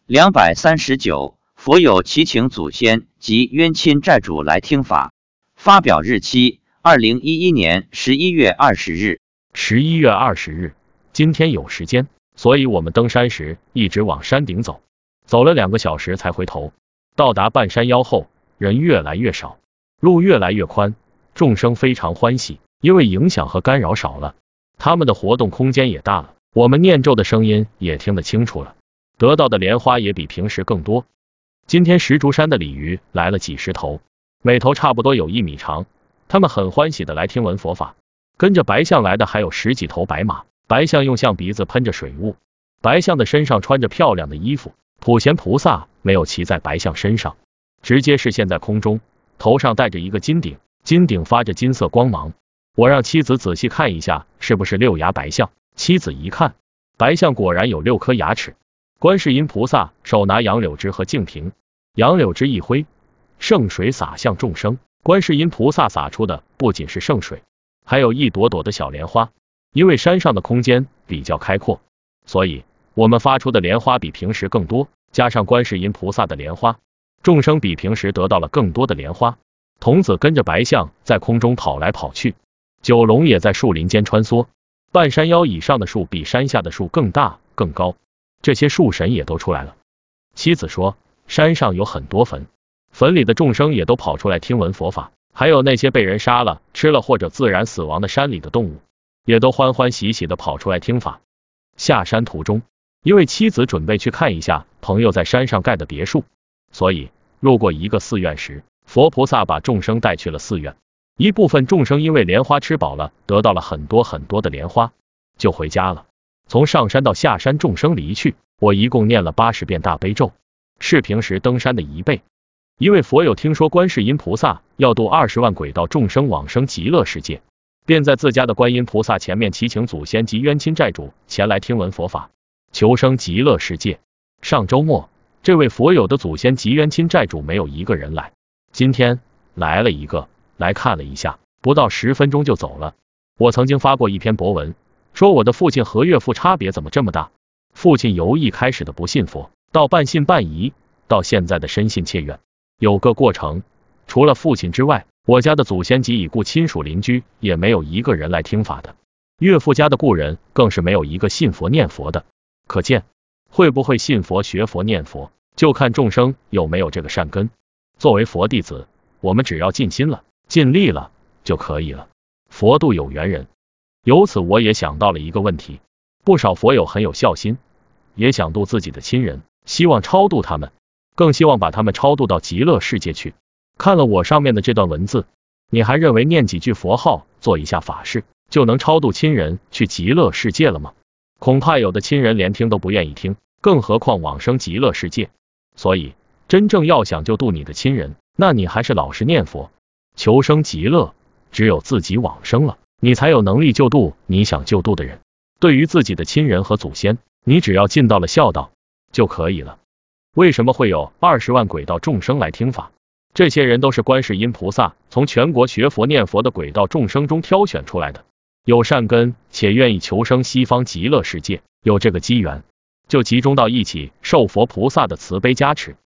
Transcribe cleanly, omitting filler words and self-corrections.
239，佛有祈请祖先及冤亲债主来听法。发表日期：2011年11月20日。 11月20日，今天有时间，所以我们登山时一直往山顶走，走了2个小时才回头。到达半山腰后，人越来越少，路越来越宽，众生非常欢喜，因为影响和干扰少了，他们的活动空间也大了，我们念咒的声音也听得清楚了，得到的莲花也比平时更多。今天石竹山的鲤鱼来了几十头，每头差不多有1米长，他们很欢喜的来听闻佛法。跟着白象来的还有10几头白马，白象用象鼻子喷着水雾，白象的身上穿着漂亮的衣服。普贤菩萨没有骑在白象身上，直接是现在空中，头上戴着一个金顶，金顶发着金色光芒。我让妻子仔细看一下是不是6牙白象，妻子一看，白象果然有6颗牙齿。观世音菩萨手拿杨柳枝和净瓶，杨柳枝一挥，圣水洒向众生。观世音菩萨洒出的不仅是圣水，还有一朵朵的小莲花。因为山上的空间比较开阔，所以我们发出的莲花比平时更多，加上观世音菩萨的莲花，众生比平时得到了更多的莲花。童子跟着白象在空中跑来跑去，九龙也在树林间穿梭。半山腰以上的树比山下的树更大更高，这些树神也都出来了。妻子说，山上有很多坟，坟里的众生也都跑出来听闻佛法，还有那些被人杀了吃了或者自然死亡的山里的动物，也都欢欢喜喜的跑出来听法。下山途中，因为妻子准备去看一下朋友在山上盖的别墅，所以路过一个寺院时，佛菩萨把众生带去了寺院。一部分众生因为莲花吃饱了，得到了很多很多的莲花，就回家了。从上山到下山众生离去，我一共念了80遍大悲咒，是平时登山的1倍。因为佛有听说观世音菩萨要度20万鬼道众生往生极乐世界，便在自家的观音菩萨前面祈请祖先及冤亲债主前来听闻佛法，求生极乐世界。上周末，这位佛友的祖先及冤亲债主没有一个人来，今天来了一个，来看了一下，不到10分钟就走了。我曾经发过一篇博文，说我的父亲和岳父差别怎么这么大。父亲由一开始的不信佛，到半信半疑，到现在的深信切愿，有个过程。除了父亲之外，我家的祖先及已故亲属邻居也没有一个人来听法的，岳父家的故人更是没有一个信佛念佛的。可见会不会信佛学佛念佛，就看众生有没有这个善根。作为佛弟子，我们只要尽心了，尽力了就可以了。佛度有缘人。由此我也想到了一个问题，不少佛友很有孝心，也想度自己的亲人，希望超度他们，更希望把他们超度到极乐世界去。看了我上面的这段文字，你还认为念几句佛号，做一下法事，就能超度亲人去极乐世界了吗？恐怕有的亲人连听都不愿意听，更何况往生极乐世界。所以真正要想救度你的亲人，那你还是老实念佛，求生极乐。只有自己往生了，你才有能力救度你想救度的人。对于自己的亲人和祖先，你只要尽到了孝道就可以了。为什么会有20万鬼道众生来听法？这些人都是观世音菩萨从全国学佛念佛的鬼道众生中挑选出来的，有善根且愿意求生西方极乐世界，有这个机缘，就集中到一起受佛菩萨的慈悲加持。